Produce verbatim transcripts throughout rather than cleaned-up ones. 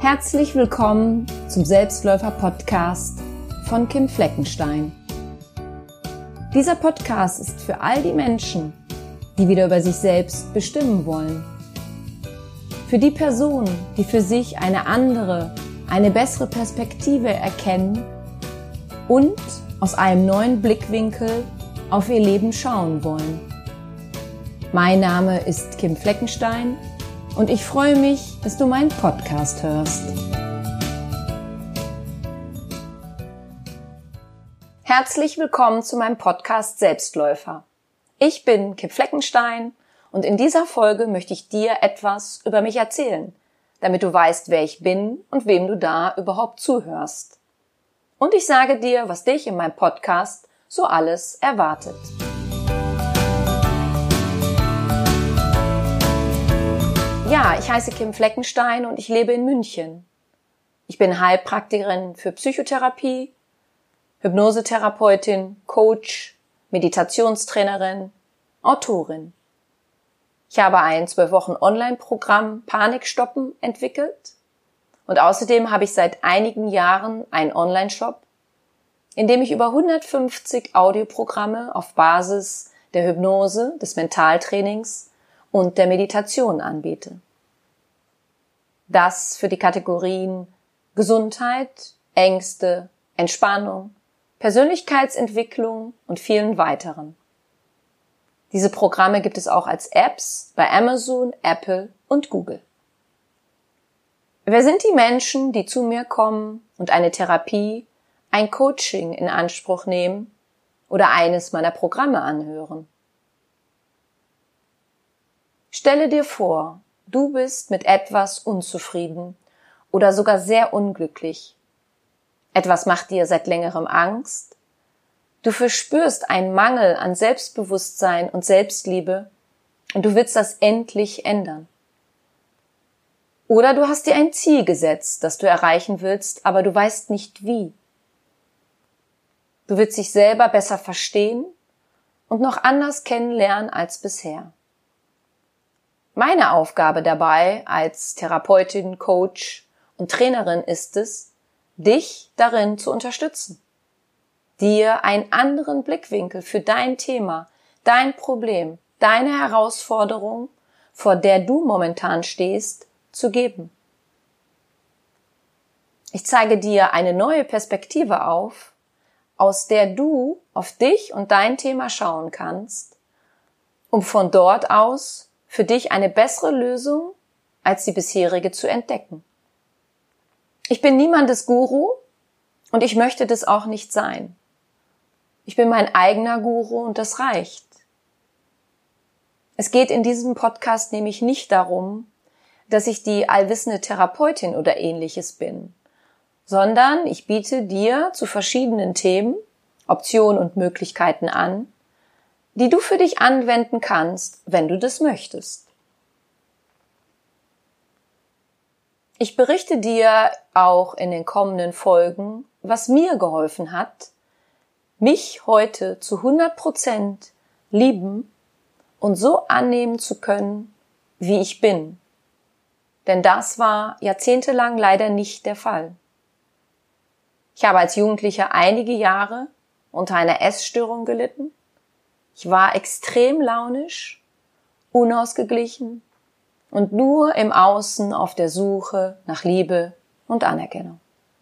Herzlich willkommen zum Selbstläufer-Podcast von Kim Fleckenstein. Dieser Podcast ist für all die Menschen, die wieder über sich selbst bestimmen wollen. Für die Personen, die für sich eine andere, eine bessere Perspektive erkennen und aus einem neuen Blickwinkel auf ihr Leben schauen wollen. Mein Name ist Kim Fleckenstein und ich freue mich, dass du meinen Podcast hörst. Herzlich willkommen zu meinem Podcast Selbstläufer. Ich bin Kim Fleckenstein und in dieser Folge möchte ich dir etwas über mich erzählen, damit du weißt, wer ich bin und wem du da überhaupt zuhörst. Und ich sage dir, was dich in meinem Podcast so alles erwartet. Ja, ich heiße Kim Fleckenstein und ich lebe in München. Ich bin Heilpraktikerin für Psychotherapie, Hypnosetherapeutin, Coach, Meditationstrainerin, Autorin. Ich habe ein zwölf Wochen Online-Programm Panik stoppen entwickelt und außerdem habe ich seit einigen Jahren einen Online-Shop, in dem ich über hundertfünfzig Audioprogramme auf Basis der Hypnose, des Mentaltrainings und der Meditation anbiete. Das für die Kategorien Gesundheit, Ängste, Entspannung, Persönlichkeitsentwicklung und vielen weiteren. Diese Programme gibt es auch als Apps bei Amazon, Apple und Google. Wer sind die Menschen, die zu mir kommen und eine Therapie, ein Coaching in Anspruch nehmen oder eines meiner Programme anhören? Stelle dir vor, du bist mit etwas unzufrieden oder sogar sehr unglücklich. Etwas macht dir seit längerem Angst. Du verspürst einen Mangel an Selbstbewusstsein und Selbstliebe und du willst das endlich ändern. Oder du hast dir ein Ziel gesetzt, das du erreichen willst, aber du weißt nicht wie. Du willst dich selber besser verstehen und noch anders kennenlernen als bisher. Meine Aufgabe dabei als Therapeutin, Coach und Trainerin ist es, dich darin zu unterstützen, dir einen anderen Blickwinkel für dein Thema, dein Problem, deine Herausforderung, vor der du momentan stehst, zu geben. Ich zeige dir eine neue Perspektive auf, aus der du auf dich und dein Thema schauen kannst, um von dort aus für dich eine bessere Lösung als die bisherige zu entdecken. Ich bin niemandes Guru und ich möchte das auch nicht sein. Ich bin mein eigener Guru und das reicht. Es geht in diesem Podcast nämlich nicht darum, dass ich die allwissende Therapeutin oder ähnliches bin, sondern ich biete dir zu verschiedenen Themen Optionen und Möglichkeiten an, die du für dich anwenden kannst, wenn du das möchtest. Ich berichte dir auch in den kommenden Folgen, was mir geholfen hat, mich heute zu hundert Prozent lieben und so annehmen zu können, wie ich bin. Denn das war jahrzehntelang leider nicht der Fall. Ich habe als Jugendliche einige Jahre unter einer Essstörung gelitten. Ich war extrem launisch, unausgeglichen und nur im Außen auf der Suche nach Liebe und Anerkennung.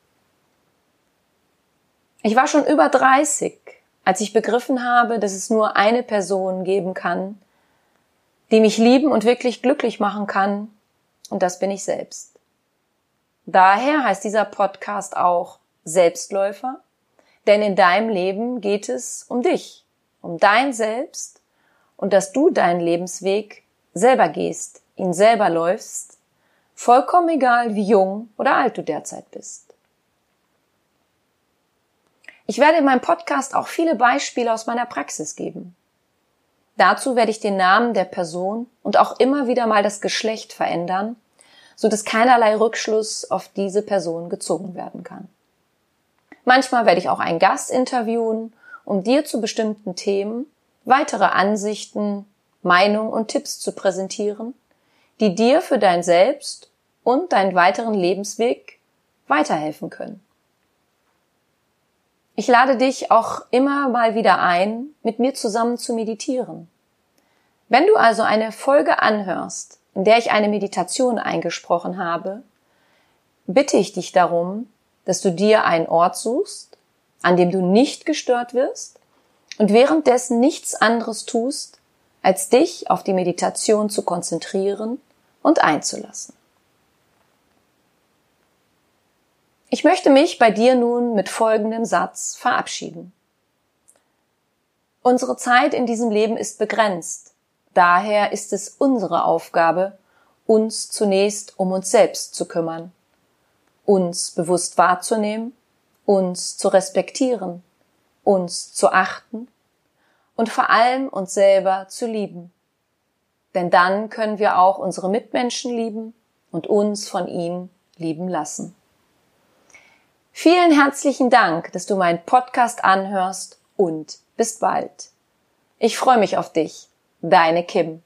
Ich war schon über dreißig, als ich begriffen habe, dass es nur eine Person geben kann, die mich lieben und wirklich glücklich machen kann, und das bin ich selbst. Daher heißt dieser Podcast auch Selbstläufer, denn in deinem Leben geht es um dich. Um dein Selbst und dass du deinen Lebensweg selber gehst, ihn selber läufst, vollkommen egal, wie jung oder alt du derzeit bist. Ich werde in meinem Podcast auch viele Beispiele aus meiner Praxis geben. Dazu werde ich den Namen der Person und auch immer wieder mal das Geschlecht verändern, so dass keinerlei Rückschluss auf diese Person gezogen werden kann. Manchmal werde ich auch einen Gast interviewen, um dir zu bestimmten Themen weitere Ansichten, Meinungen und Tipps zu präsentieren, die dir für dein Selbst und deinen weiteren Lebensweg weiterhelfen können. Ich lade dich auch immer mal wieder ein, mit mir zusammen zu meditieren. Wenn du also eine Folge anhörst, in der ich eine Meditation eingesprochen habe, bitte ich dich darum, dass du dir einen Ort suchst, an dem du nicht gestört wirst und währenddessen nichts anderes tust, als dich auf die Meditation zu konzentrieren und einzulassen. Ich möchte mich bei dir nun mit folgendem Satz verabschieden. Unsere Zeit in diesem Leben ist begrenzt. Daher ist es unsere Aufgabe, uns zunächst um uns selbst zu kümmern, uns bewusst wahrzunehmen, uns zu respektieren, uns zu achten und vor allem uns selber zu lieben. Denn dann können wir auch unsere Mitmenschen lieben und uns von ihnen lieben lassen. Vielen herzlichen Dank, dass du meinen Podcast anhörst und bis bald. Ich freue mich auf dich. Deine Kim.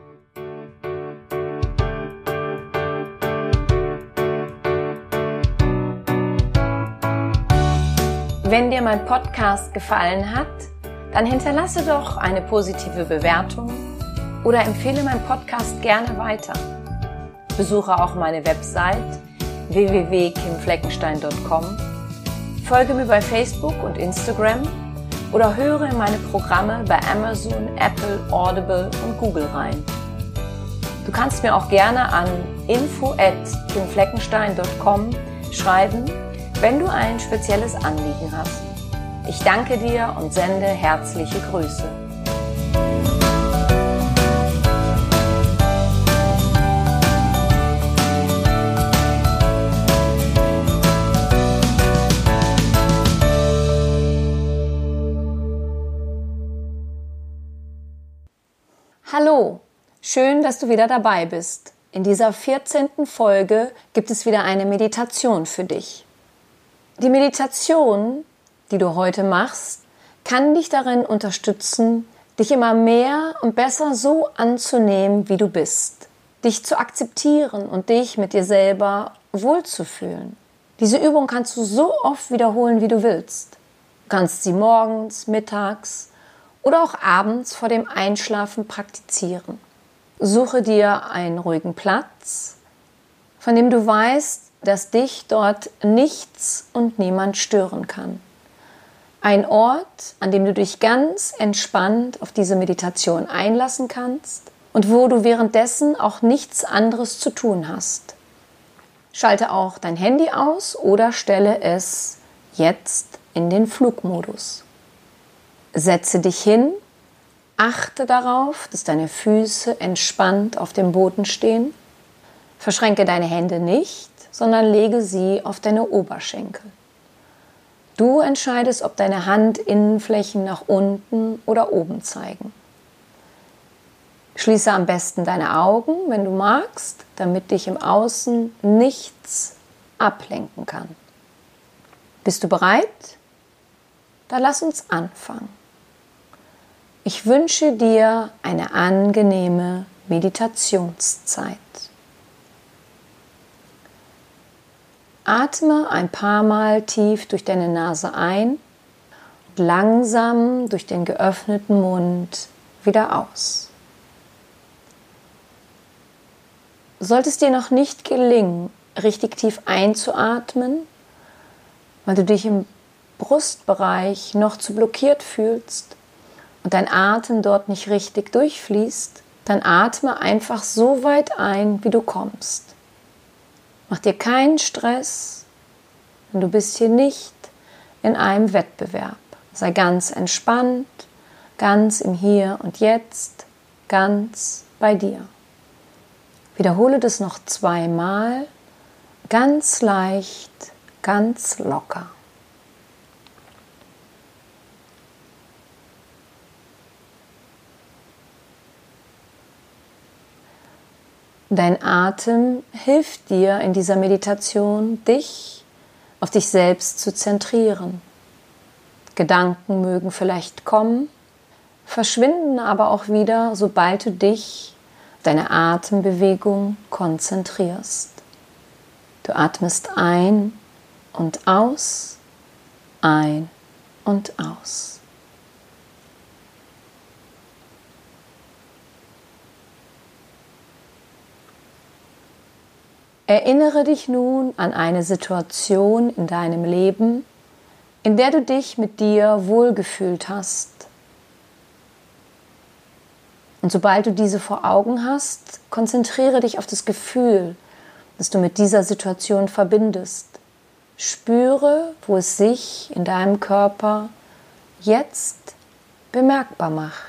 Wenn dir mein Podcast gefallen hat, dann hinterlasse doch eine positive Bewertung oder empfehle meinen Podcast gerne weiter. Besuche auch meine Website w w w punkt kim fleckenstein punkt com, folge mir bei Facebook und Instagram oder höre in meine Programme bei Amazon, Apple, Audible und Google rein. Du kannst mir auch gerne an info at kim fleckenstein punkt com schreiben, wenn du ein spezielles Anliegen hast. Ich danke dir und sende herzliche Grüße. Hallo, schön, dass du wieder dabei bist. In dieser vierzehnten Folge gibt es wieder eine Meditation für dich. Die Meditation, die du heute machst, kann dich darin unterstützen, dich immer mehr und besser so anzunehmen, wie du bist. Dich zu akzeptieren und dich mit dir selber wohlzufühlen. Diese Übung kannst du so oft wiederholen, wie du willst. Du kannst sie morgens, mittags oder auch abends vor dem Einschlafen praktizieren. Suche dir einen ruhigen Platz, von dem du weißt, dass dich dort nichts und niemand stören kann. Ein Ort, an dem du dich ganz entspannt auf diese Meditation einlassen kannst und wo du währenddessen auch nichts anderes zu tun hast. Schalte auch dein Handy aus oder stelle es jetzt in den Flugmodus. Setze dich hin, achte darauf, dass deine Füße entspannt auf dem Boden stehen. Verschränke deine Hände nicht, sondern lege sie auf deine Oberschenkel. Du entscheidest, ob deine Handinnenflächen nach unten oder oben zeigen. Schließe am besten deine Augen, wenn du magst, damit dich im Außen nichts ablenken kann. Bist du bereit? Dann lass uns anfangen. Ich wünsche dir eine angenehme Meditationszeit. Atme ein paar Mal tief durch deine Nase ein und langsam durch den geöffneten Mund wieder aus. Sollte es dir noch nicht gelingen, richtig tief einzuatmen, weil du dich im Brustbereich noch zu blockiert fühlst und dein Atem dort nicht richtig durchfließt, dann atme einfach so weit ein, wie du kommst. Mach dir keinen Stress, denn du bist hier nicht in einem Wettbewerb. Sei ganz entspannt, ganz im Hier und Jetzt, ganz bei dir. Wiederhole das noch zweimal, ganz leicht, ganz locker. Dein Atem hilft dir in dieser Meditation, dich auf dich selbst zu zentrieren. Gedanken mögen vielleicht kommen, verschwinden aber auch wieder, sobald du dich auf deine Atembewegung konzentrierst. Du atmest ein und aus, ein und aus. Erinnere dich nun an eine Situation in deinem Leben, in der du dich mit dir wohlgefühlt hast. Und sobald du diese vor Augen hast, konzentriere dich auf das Gefühl, das du mit dieser Situation verbindest. Spüre, wo es sich in deinem Körper jetzt bemerkbar macht.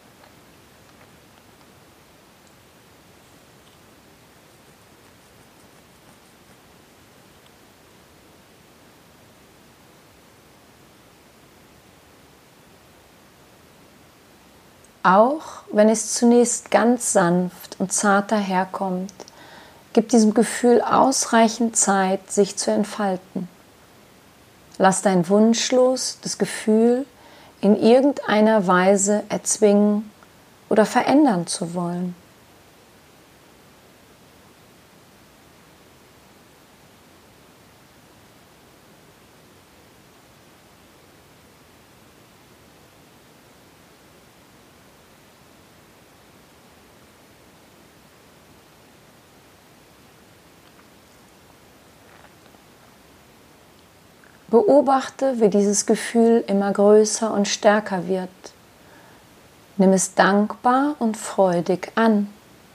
Auch wenn es zunächst ganz sanft und zart daherkommt, gib diesem Gefühl ausreichend Zeit, sich zu entfalten. Lass dein Wunsch los, das Gefühl in irgendeiner Weise erzwingen oder verändern zu wollen. Beobachte, wie dieses Gefühl immer größer und stärker wird. Nimm es dankbar und freudig an.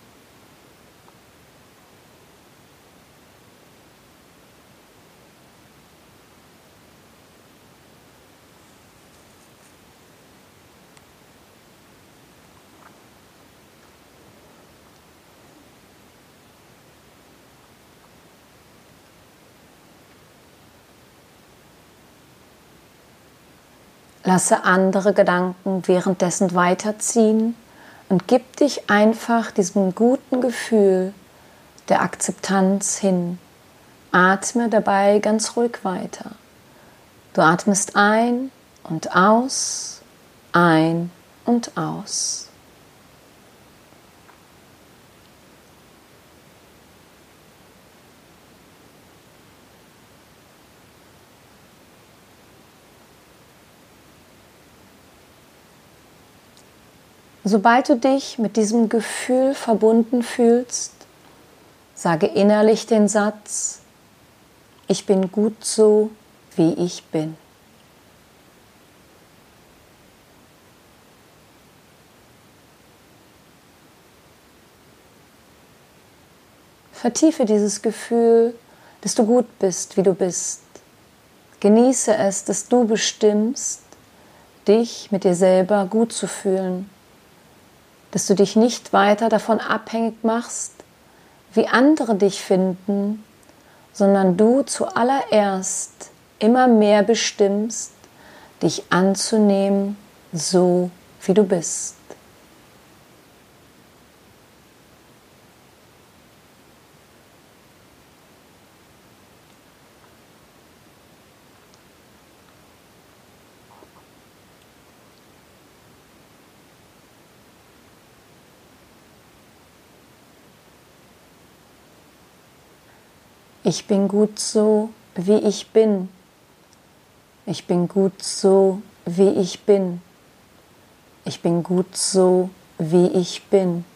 Lasse andere Gedanken währenddessen weiterziehen und gib dich einfach diesem guten Gefühl der Akzeptanz hin. Atme dabei ganz ruhig weiter. Du atmest ein und aus, ein und aus. Sobald du dich mit diesem Gefühl verbunden fühlst, sage innerlich den Satz: Ich bin gut so, wie ich bin. Vertiefe dieses Gefühl, dass du gut bist, wie du bist. Genieße es, dass du bestimmst, dich mit dir selber gut zu fühlen. Dass du dich nicht weiter davon abhängig machst, wie andere dich finden, sondern du zuallererst immer mehr bestimmst, dich anzunehmen, so wie du bist. Ich bin gut so, wie ich bin. Ich bin gut so, wie ich bin. Ich bin gut so, wie ich bin.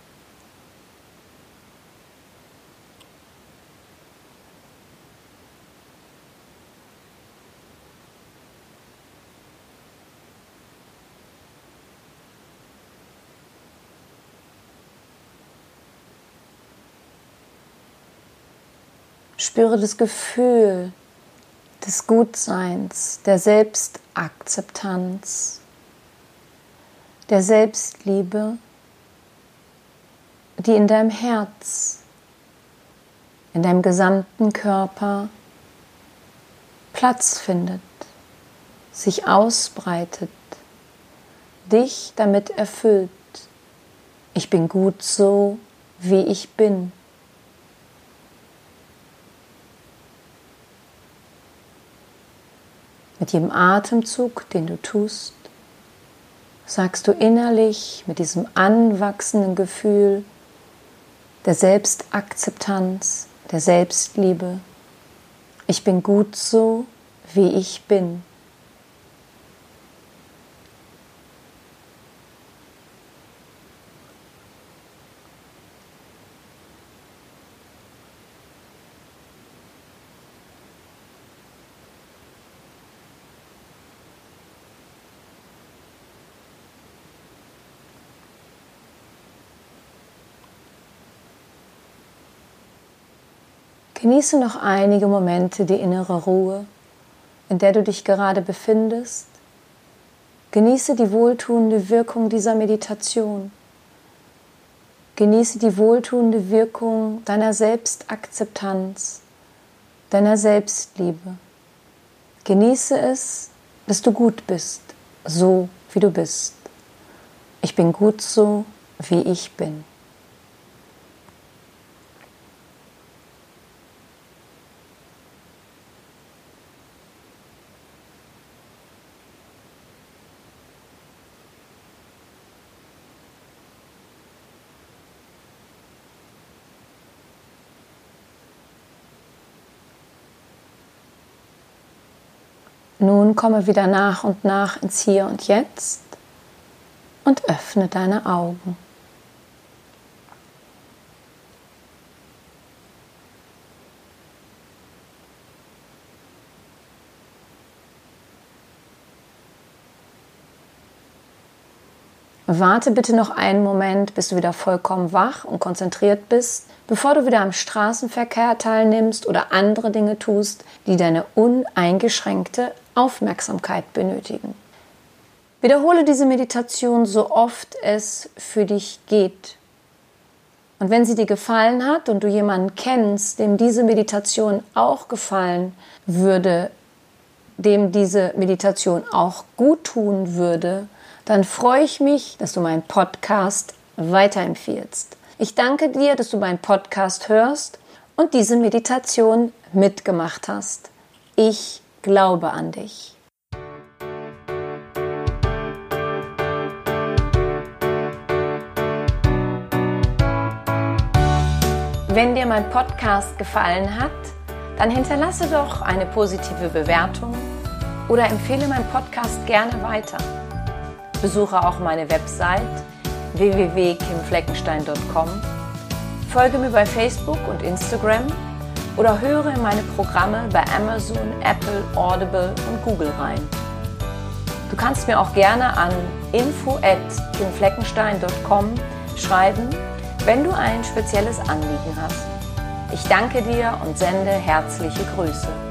Spüre das Gefühl des Gutseins, der Selbstakzeptanz, der Selbstliebe, die in deinem Herz, in deinem gesamten Körper Platz findet, sich ausbreitet, dich damit erfüllt. Ich bin gut so, wie ich bin. Mit jedem Atemzug, den du tust, sagst du innerlich mit diesem anwachsenden Gefühl der Selbstakzeptanz, der Selbstliebe, Ich bin gut so, wie ich bin. Genieße noch einige Momente die innere Ruhe, in der du dich gerade befindest. Genieße die wohltuende Wirkung dieser Meditation. Genieße die wohltuende Wirkung deiner Selbstakzeptanz, deiner Selbstliebe. Genieße es, dass du gut bist, so wie du bist. Ich bin gut so, wie ich bin. Nun komme wieder nach und nach ins Hier und Jetzt und öffne deine Augen. Warte bitte noch einen Moment, bis du wieder vollkommen wach und konzentriert bist, bevor du wieder am Straßenverkehr teilnimmst oder andere Dinge tust, die deine uneingeschränkte Aufmerksamkeit benötigen. Wiederhole diese Meditation so oft es für dich geht. Und wenn sie dir gefallen hat und du jemanden kennst, dem diese Meditation auch gefallen würde, dem diese Meditation auch gut tun würde, dann freue ich mich, dass du meinen Podcast weiterempfiehlst. Ich danke dir, dass du meinen Podcast hörst und diese Meditation mitgemacht hast. Ich glaube an dich. Wenn dir mein Podcast gefallen hat, dann hinterlasse doch eine positive Bewertung oder empfehle meinen Podcast gerne weiter. Besuche auch meine Website w w w punkt kim fleckenstein punkt com, folge mir bei Facebook und Instagram oder höre in meine Programme bei Amazon, Apple, Audible und Google rein. Du kannst mir auch gerne an info at kim fleckenstein punkt com schreiben, wenn du ein spezielles Anliegen hast. Ich danke dir und sende herzliche Grüße.